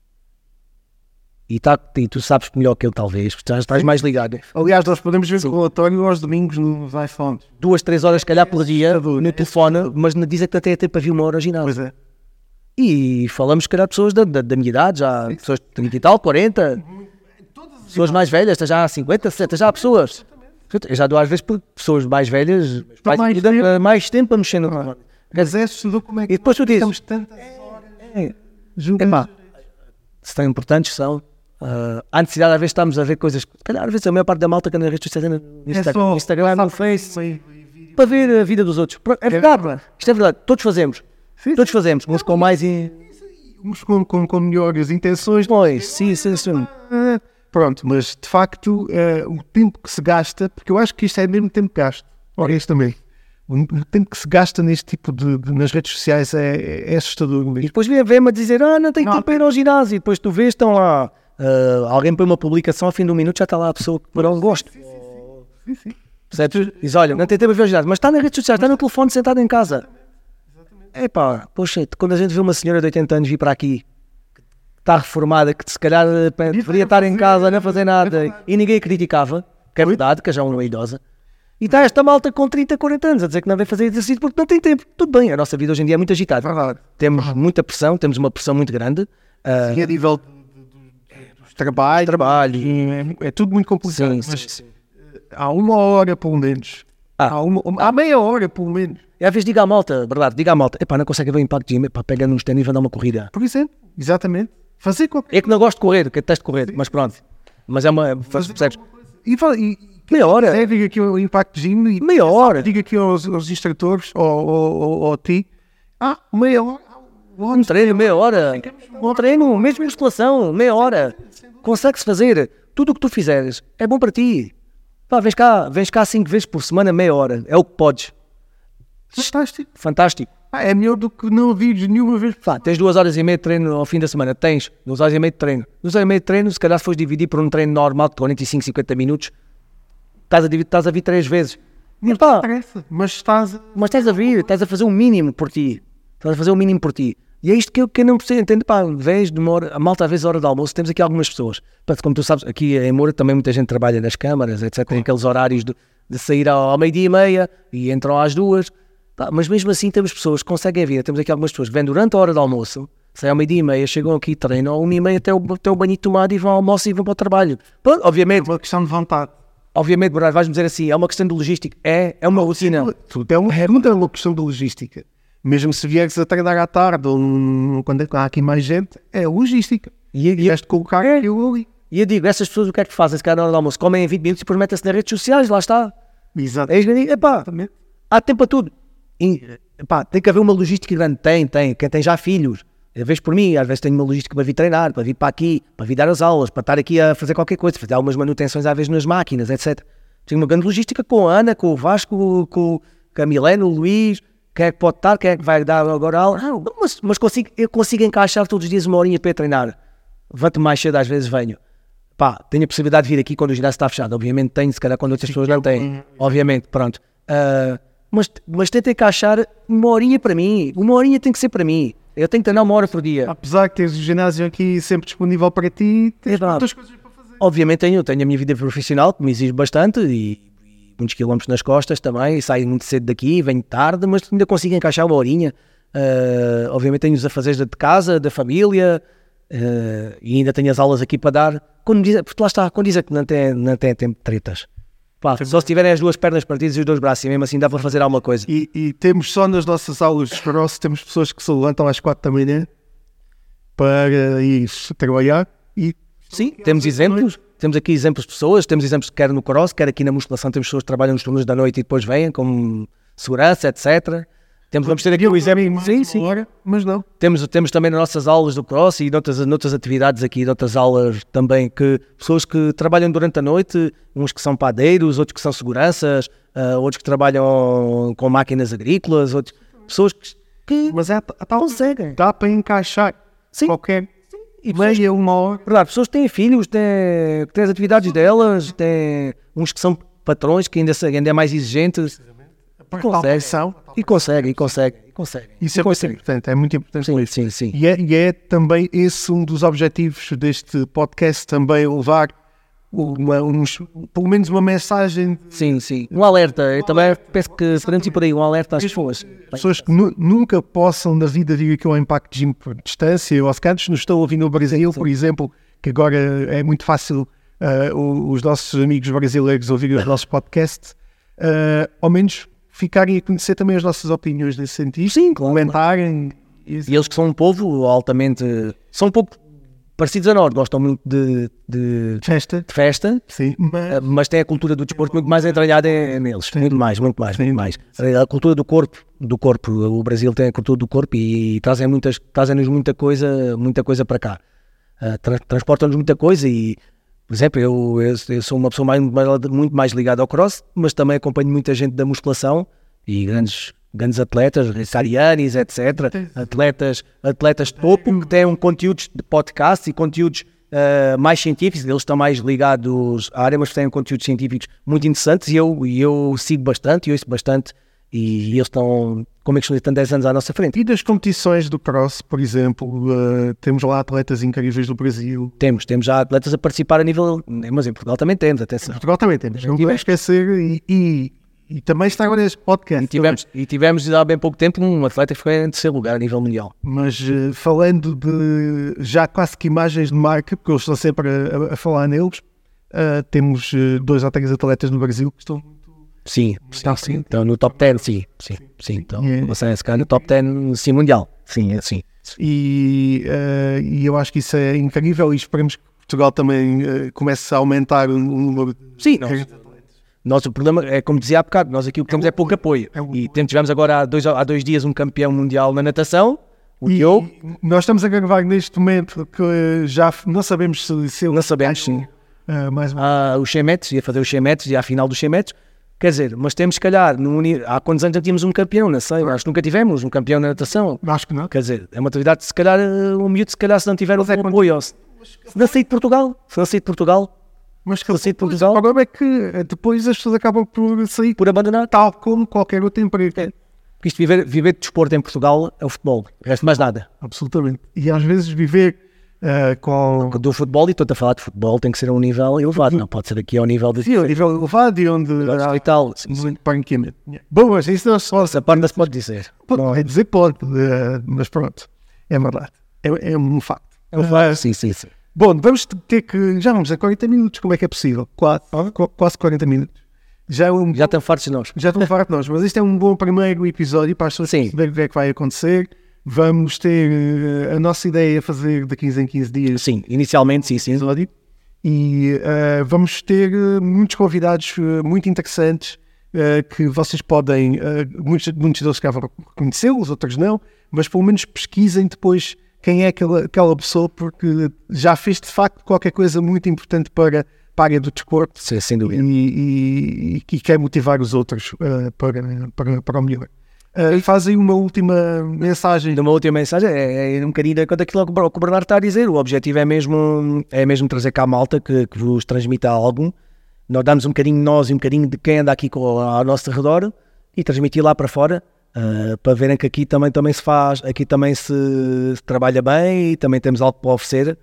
e, tá, e tu sabes melhor que eu talvez, porque já estás mais ligado. Aliás, nós podemos ver o relatório aos domingos nos iPhones. Duas, três horas se calhar por dia no telefone, mas dizem que até é tempo para vir uma hora ao ginásio. Pois é. E falamos se calhar de pessoas da, da, da minha idade, já sim, pessoas de trinta e tal, quarenta, pessoas mais velhas, já há cinquenta, sessenta, já há pessoas. Eu já dou às vezes por pessoas mais velhas, mais, mais, tempo. mais tempo a mexer no telefone. Mas é estudou como é que e depois tu dizes, ficamos tantas horas. É, é, epá, se tão importantes são. Uh, há necessidade, às vezes estamos a ver coisas, calhar, às vezes a maior parte da malta que anda nas redes sociais no Instagram, é Instagram no Face, para ver a vida dos outros. É verdade, isto é verdade, todos fazemos. Sim, todos fazemos, uns com mais e... uns com, com, com melhores intenções. Pois, sim, sim, sim. Pronto, mas de facto uh, o tempo que se gasta, porque eu acho que isto é mesmo tempo gasto, honestamente. O, o tempo que se gasta neste tipo de, de nas redes sociais é, é assustador mesmo. E depois vem-me a dizer, ah, não tenho tempo para ir ao ginásio, e depois tu vês, estão lá, uh, alguém põe uma publicação, ao fim de um minuto já está lá a pessoa que não gosto. Sim, sim, sim. sim, sim. Diz, olha, não tem tempo para ir ao ginásio, mas está nas redes sociais, está no telefone sentado em casa. É pá, poxa, quando a gente vê uma senhora de oitenta anos vir para aqui, que está reformada, que se calhar deveria estar em casa, não fazer nada, e ninguém a criticava, que é verdade, que já é uma idosa, e está esta malta com trinta, quarenta anos a dizer que não vem fazer exercício porque não tem tempo. Tudo bem, a nossa vida hoje em dia é muito agitada. Verdade. Temos Verdade. muita pressão, temos uma pressão muito grande. Uh, Sim, a nível dos trabalhos, trabalho. É, é tudo muito complicado. Sim, mas sim, sim. Há uma hora, pelo menos. Ah. Há, uma, há meia hora, pelo menos. E às vezes diga à malta, verdade, diga à malta, epá, não consegue ver o Impact Gym, epá, pega nos ténis e vai dar uma corrida. Por exemplo, exatamente. Fazer qualquer É que não gosto de correr, que detesto correr, sim, mas pronto. Mas é uma, percebes? E, e, meia hora. É, diga aqui o Impact Gym e meia hora. Diga aqui aos, aos instrutores, ou, ou, ou, ou a ti, ah, meia hora. Um treino, meia hora. Um treino, mesmo musculação, meia hora. Consegue-se fazer. Tudo o que tu fizeres é bom para ti. Pá, vens cá, vens cá cinco vezes por semana, meia hora. É o que podes. Fantástico. Fantástico. Ah, é melhor do que não vires nenhuma vez. Pá, tens duas horas e meia de treino ao fim da semana. Tens duas horas e meia de treino. Duas horas e meia de treino, se calhar se fores dividir por um treino normal de quarenta e cinco, cinquenta minutos, estás a, dividir, estás a vir três vezes. Não pá, interessa, mas estás a... Mas estás a vir, estás a fazer o mínimo por ti. Estás a fazer o mínimo por ti. E é isto que eu, que eu não percebo, entendo, pá, vez de uma hora, a malta às vezes a hora de almoço, temos aqui algumas pessoas, pá, como tu sabes, aqui em Moura também muita gente trabalha nas câmaras, etcétera, tem aqueles horários de, de sair ao, ao meio-dia e meia e entram às duas, pá, mas mesmo assim temos pessoas que conseguem vir, temos aqui algumas pessoas que vêm durante a hora de almoço, saem ao meio-dia e meia, chegam aqui, treinam ao uma e meia até o, até o banho tomado e vão ao almoço e vão para o trabalho. Pá, obviamente... É uma questão de vontade. Obviamente, Bernardo, vais-me dizer assim, é uma questão de logística, é, é uma rotina. Tudo é uma, é uma questão de logística. Mesmo se vieres a treinar à tarde ou quando há aqui mais gente, é logística. E, e de colocar é. aquilo ali. E eu digo, essas pessoas o que é que fazem? Se calhar na hora do almoço, comem em vinte minutos e depois metem-se nas redes sociais, lá está. Exato. É isso que eu digo, epá, há tempo para tudo. E, epá, tem que haver uma logística grande, tem, tem. Quem tem já filhos, às vezes por mim, às vezes tenho uma logística para vir treinar, para vir para aqui, para vir dar as aulas, para estar aqui a fazer qualquer coisa, fazer algumas manutenções às vezes nas máquinas, etcétera. Tenho uma grande logística com a Ana, com o Vasco, com, com a Milena, o Luís, quem é que pode estar, quem é que vai dar agora aula. Não, mas, mas consigo, eu consigo encaixar todos os dias uma horinha para ir treinar. Levanto mais cedo, às vezes venho. Pá, tenho a possibilidade de vir aqui quando o ginásio está fechado. Obviamente tenho, se calhar quando outras pessoas não têm. Obviamente, pronto. Uh, mas, mas tento encaixar uma horinha para mim. Uma horinha tem que ser para mim. Eu tenho que treinar uma hora por dia. Apesar de teres o ginásio aqui sempre disponível para ti, tens é muitas coisas para fazer. Obviamente tenho, tenho a minha vida profissional, que me exige bastante, e, e muitos quilómetros nas costas também, e saio muito cedo daqui, venho tarde, mas ainda consigo encaixar uma horinha. Uh, obviamente tenho os afazeres de casa, da família, uh, e ainda tenho as aulas aqui para dar. Quando diz, porque lá está, quando dizem que não tem, não tem tempo de tretas. Pá, só se tiverem as duas pernas partidas e os dois braços, e mesmo assim dá para fazer alguma coisa. E, e temos só nas nossas aulas de cross, temos pessoas que se levantam às quatro da manhã para ir trabalhar. E sim, temos exemplos, temos aqui exemplos de pessoas, temos exemplos quer no cross, quer aqui na musculação, temos pessoas que trabalham nos turnos da noite e depois vêm, como segurança, etcétera. Temos, vamos ter aqui o exemplo, sim, sim. Hora, mas não. Temos, temos também nas nossas aulas do cross e noutras, noutras atividades aqui, noutras aulas também, que pessoas que trabalham durante a noite, uns que são padeiros, outros que são seguranças, uh, outros que trabalham com máquinas agrícolas, outros, pessoas que, que mas é, tá, conseguem. Dá para encaixar sim. qualquer sim. E meia, pessoas, uma hora. Verdade, pessoas que têm filhos, têm, têm as atividades delas, têm uns que são patrões que ainda, ainda é mais exigente. E consegue, e consegue, e consegue, e consegue. Isso é muito importante, é muito importante. Sim, sim, sim. E é, e é também esse um dos objetivos deste podcast, também levar uma, uns, pelo menos uma mensagem. Sim, sim. Um alerta. Eu também penso que podemos ir por aí, um alerta às pessoas. Pessoas que nu, nunca possam na vida vir aqui ao Impact Gym por distância, ou se calhar nos estão ouvindo no Brasil, por exemplo, que agora é muito fácil uh, os nossos amigos brasileiros ouvirem os nossos podcasts, uh, ao menos ficarem a conhecer também as nossas opiniões nesse sentido. Sim, claro. Comentarem. E eles que são um povo altamente... São um pouco parecidos a nós, gostam muito de, de, festa. de festa, sim, mas... mas têm a cultura do desporto muito mais entranhada neles. Sim. Muito mais, muito mais, sim. muito mais. A cultura do corpo, do corpo, o Brasil tem a cultura do corpo e, e trazem muitas, trazem-nos muita coisa, muita coisa para cá. Uh, tra transportam-nos muita coisa e, por exemplo, eu, eu, eu sou uma pessoa mais, muito mais ligada ao cross, mas também acompanho muita gente da musculação e grandes, grandes atletas, Sarianis, etcétera. Atletas, atletas topo que têm um conteúdos de podcast e conteúdos uh, mais científicos. Eles estão mais ligados à área, mas têm conteúdos científicos muito interessantes e eu, e eu sigo bastante, e ouço bastante. E eles estão, como é que estão dez anos à nossa frente. E das competições do cross, por exemplo, uh, temos lá atletas incríveis do Brasil. Temos, temos já atletas a participar a nível, mas em Portugal também temos, atenção. Em Portugal também temos, não podemos esquecer, e, e, e também está agora neste podcast. E tivemos, e tivemos há bem pouco tempo um atleta que foi em terceiro lugar a nível mundial. Mas uh, falando de já quase que imagens de marca, porque eu estou sempre a, a falar neles, uh, temos uh, dois ou três atletas no Brasil que estão... Sim, sim, sim. Então no top dez, sim, sim, sim. Então, yeah. Você é no top dez, sim, mundial. Sim, é sim. E, uh, e eu acho que isso é incrível e esperemos que Portugal também uh, comece a aumentar o número de... Sim, nós, nós, o problema é, como dizia há bocado, nós aqui o que temos é pouco apoio. É e tivemos agora há dois, há dois dias um campeão mundial na natação, o Diogo. Nós estamos a gravar neste momento que já não sabemos se... se não sabemos, sim. Uh, mais uma... ah, os cem metros, ia fazer os cem metros, ia à final dos cem metros. Quer dizer, mas temos, se calhar, no uni... há quantos anos já tínhamos um campeão, não sei, acho que nunca tivemos um campeão na natação. Acho que não. Quer dizer, é uma atividade, se calhar, um miúdo, se calhar, se não tiver o apoio, se não sair de Portugal, se não sair de Portugal, mas que sair de Portugal, o problema é que depois as pessoas acabam por sair, por abandonar, tal como qualquer outro emprego. É. Porque isto, viver, viver de desporto em Portugal é o futebol, o resto mais nada. Absolutamente. E às vezes viver... Uh, com... do futebol, e estou a falar de futebol, tem que ser a um nível elevado, não pode ser aqui ao nível de... Sim, ao nível elevado e onde... E tal. Muito branqueamento. Bom, mas isso não só... Essa parte não se pode dizer. Não é dizer pode, uh, mas pronto, é verdade. É, é um facto. É um facto, sim, sim, sim. Bom, vamos ter que... Já vamos a quarenta minutos, como é que é possível? Quase, quase quarenta minutos. Já, é um, já estão fartos de nós. Já estão fartos de nós, mas isto é um bom primeiro episódio para as pessoas perceberem o que é que vai acontecer. Vamos ter uh, a nossa ideia a fazer de quinze em quinze dias. Sim, inicialmente sim, sim. Episódio. E uh, vamos ter uh, muitos convidados uh, muito interessantes uh, que vocês podem, uh, muitos, muitos deles que vão conhecê-los, outros não, mas pelo menos pesquisem depois quem é aquela, aquela pessoa, porque já fez de facto qualquer coisa muito importante para, para a área do desporto. Sim, sem dúvida. E, e, e quer motivar os outros uh, para, para, para o melhor. Uh, fazem uma última mensagem. Uma última mensagem é, é um bocadinho quanto aquilo que o Bernardo está a dizer. O objetivo é mesmo, é mesmo trazer cá a malta que, que vos transmita algo. Nós damos um bocadinho de nós e um bocadinho de quem anda aqui com, ao nosso redor e transmitir lá para fora, uh, para verem que aqui também, também se faz, aqui também se, se trabalha bem e também temos algo para oferecer.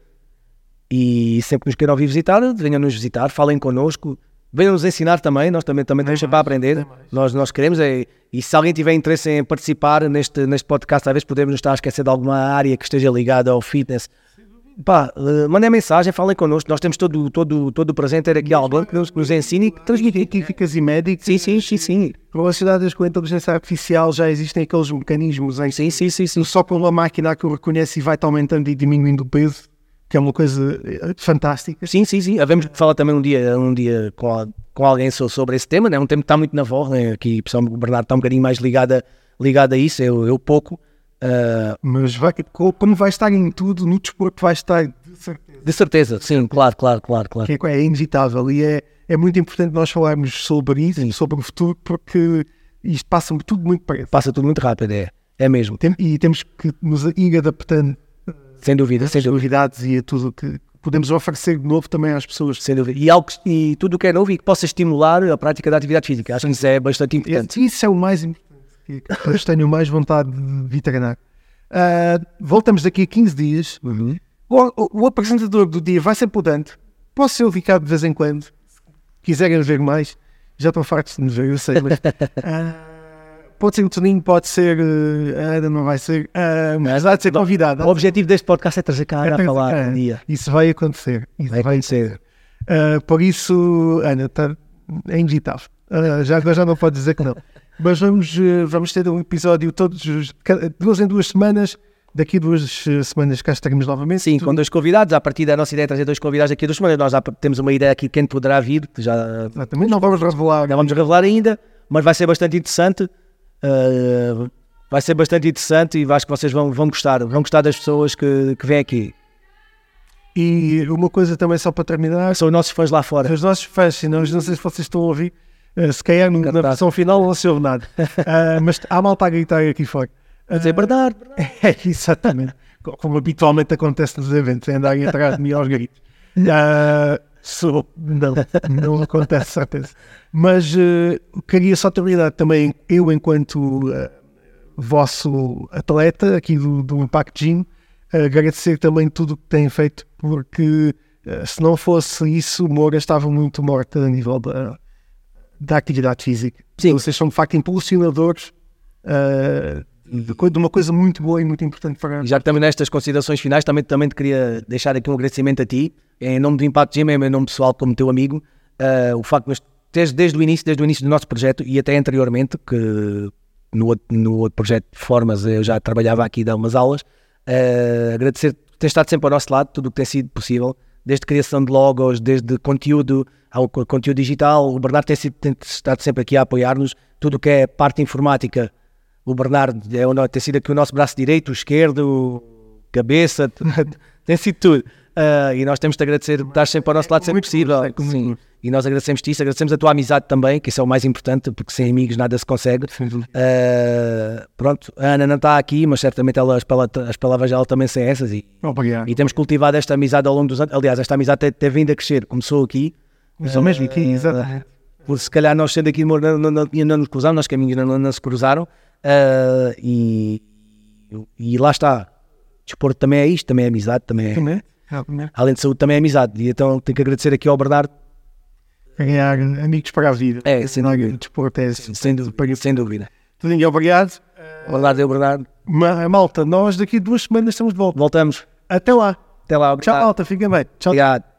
E sempre que nos queiram vir visitar, venham-nos visitar, falem connosco. Venham-nos ensinar também, nós também, também temos sempre a aprender, nós, nós queremos, é, e se alguém tiver interesse em participar neste, neste podcast, talvez podemos nos estar a esquecer de alguma área que esteja ligada ao fitness, pá, uh, mandem mensagem, falem connosco, nós temos todo, todo, todo o presente, ter aqui alguém que nos, que nos ensine e que transmite. Científicas e médicas, sim, sim, sim, sim. relacionadas com a inteligência artificial, já existem aqueles mecanismos em sim, sim, sim, sim. só com uma máquina que o reconhece e vai-te aumentando e diminuindo o peso, que é uma coisa fantástica. Sim, sim, sim. Havemos de falar também um dia, um dia com, a, com alguém sobre esse tema, né? Um tema que está muito na voz, né? Aqui pessoalmente o Bernardo está um bocadinho mais ligado a, ligado a isso, eu, eu pouco. Uh... Mas vai, como vai estar em tudo, no desporto vai estar de certeza. De certeza, sim, claro, claro, claro. claro. Que é, é inevitável e é, é muito importante nós falarmos sobre isso, sim. sobre o futuro, porque isto passa tudo muito rápido. Passa tudo muito rápido, é, é mesmo. Tem, e temos que nos ir adaptando. Sem dúvida, sem dúvida. Novidades e a tudo que podemos oferecer de novo também às pessoas. Sem dúvida. E, algo, que- e tudo o que é novo e que possa estimular a prática da atividade física. Acho que isso é bastante importante. Isso é o mais importante, que as pessoas tenham mais vontade de vir treinar. Ah, voltamos daqui a quinze dias. Uhum. O, o- o apresentador do dia vai ser mudante. Posso ser o Ricardo de vez em quando. Se quiserem ver mais, já estão fartos de me ver, eu sei. Mas, ah, pode ser o Toninho, pode ser. Uh, a Ana não vai ser. ah, mas há de ser convidado. O objetivo deste podcast é trazer cá a Ana a falar Ah, um dia. Isso vai acontecer. Isso Vai vai acontecer. Uh, por isso, Ana, tá, é inevitável. Uh, já, agora já não pode dizer que não. Mas vamos, uh, vamos ter um episódio todos os, cada- duas em duas semanas. Daqui a duas uh, semanas cá estaremos novamente. Sim, Tu- com dois convidados. A partir da nossa ideia é trazer dois convidados daqui a duas semanas. Nós já temos uma ideia aqui de quem poderá vir. que Já Exatamente, não vamos revelar. não vamos revelar ainda, mas vai ser bastante interessante. Uh, vai ser bastante interessante e acho que vocês vão, vão gostar. Vão gostar das pessoas que, que vêm aqui. E uma coisa também só para terminar. São os nossos fãs lá fora. Os nossos fãs, se não, não sei se vocês estão a ouvir, uh, se calhar no- na Verdade. versão final não se ouve nada. Uh, mas há malta a gritar aqui fora. Uh, Dizer Bernardo, É, exatamente. Co- Como habitualmente acontece nos eventos, é andarem atrás de mim aos gritos. Ah, sou, não, não acontece, certeza. Mas eh, queria só terminar também, eu enquanto eh, vosso atleta aqui do, do Impact Gym, eh, agradecer também tudo o que têm feito, porque eh, se não fosse isso, Moura estava muito morta a nível da, da atividade física. Sim. Vocês são de facto impulsionadores eh, de, co- de uma coisa muito boa e muito importante para E já que estamos nestas considerações finais, também, também te queria deixar aqui um agradecimento a ti, em nome do Impact Gym, em meu nome pessoal, como teu amigo, uh, o facto de nós, desde, desde o início, desde o início do nosso projeto e até anteriormente, que no outro, no outro projeto de formas eu já trabalhava aqui a dar umas aulas, uh, agradecer por ter estado sempre ao nosso lado, tudo o que tem sido possível, desde criação de logos, desde conteúdo ao co- conteúdo digital. O Bernardo tem, sido, tem estado sempre aqui a apoiar-nos, tudo o que é parte informática. O Bernardo é o, no- tem sido aqui o nosso braço direito, o esquerdo, cabeça, tem sido tudo. Ah, e nós temos de agradecer, estás sempre ao nosso lado sempre Muito possível. gosto, é Sim. muito. E nós agradecemos-te isso, agradecemos a tua amizade também, que isso é o mais importante, porque sem amigos nada se consegue. Ah, pronto, a Ana não está aqui, mas certamente ela, as, pala- as palavras dela também são essas. E, Obrigado. e temos cultivado esta amizade ao longo dos anos. Aliás, esta amizade tem, tem vindo a crescer. Começou aqui. Só mesmo aqui, exatamente. Por se calhar nós sendo aqui de Moura, não, não, não, não nos cruzamos, nossos caminhos não, não, não se cruzaram. Ah, e, e lá está. Desporto também é isto, também é amizade, também é, Também, exatamente. além de saúde, também é amizade. E então tenho que agradecer aqui ao Bernardo. Ganhar amigos para a vida. É, sem Não, dúvida. o desporto é Sem dúvida. Sem dúvida. Tudinho, obrigado. Bernardo é o Bernardo. Ma- Malta, nós daqui a duas semanas estamos de volta. Voltamos. Até lá. Até lá. Tchau, Obrigado. malta. Fiquem bem. Tchau. Obrigado.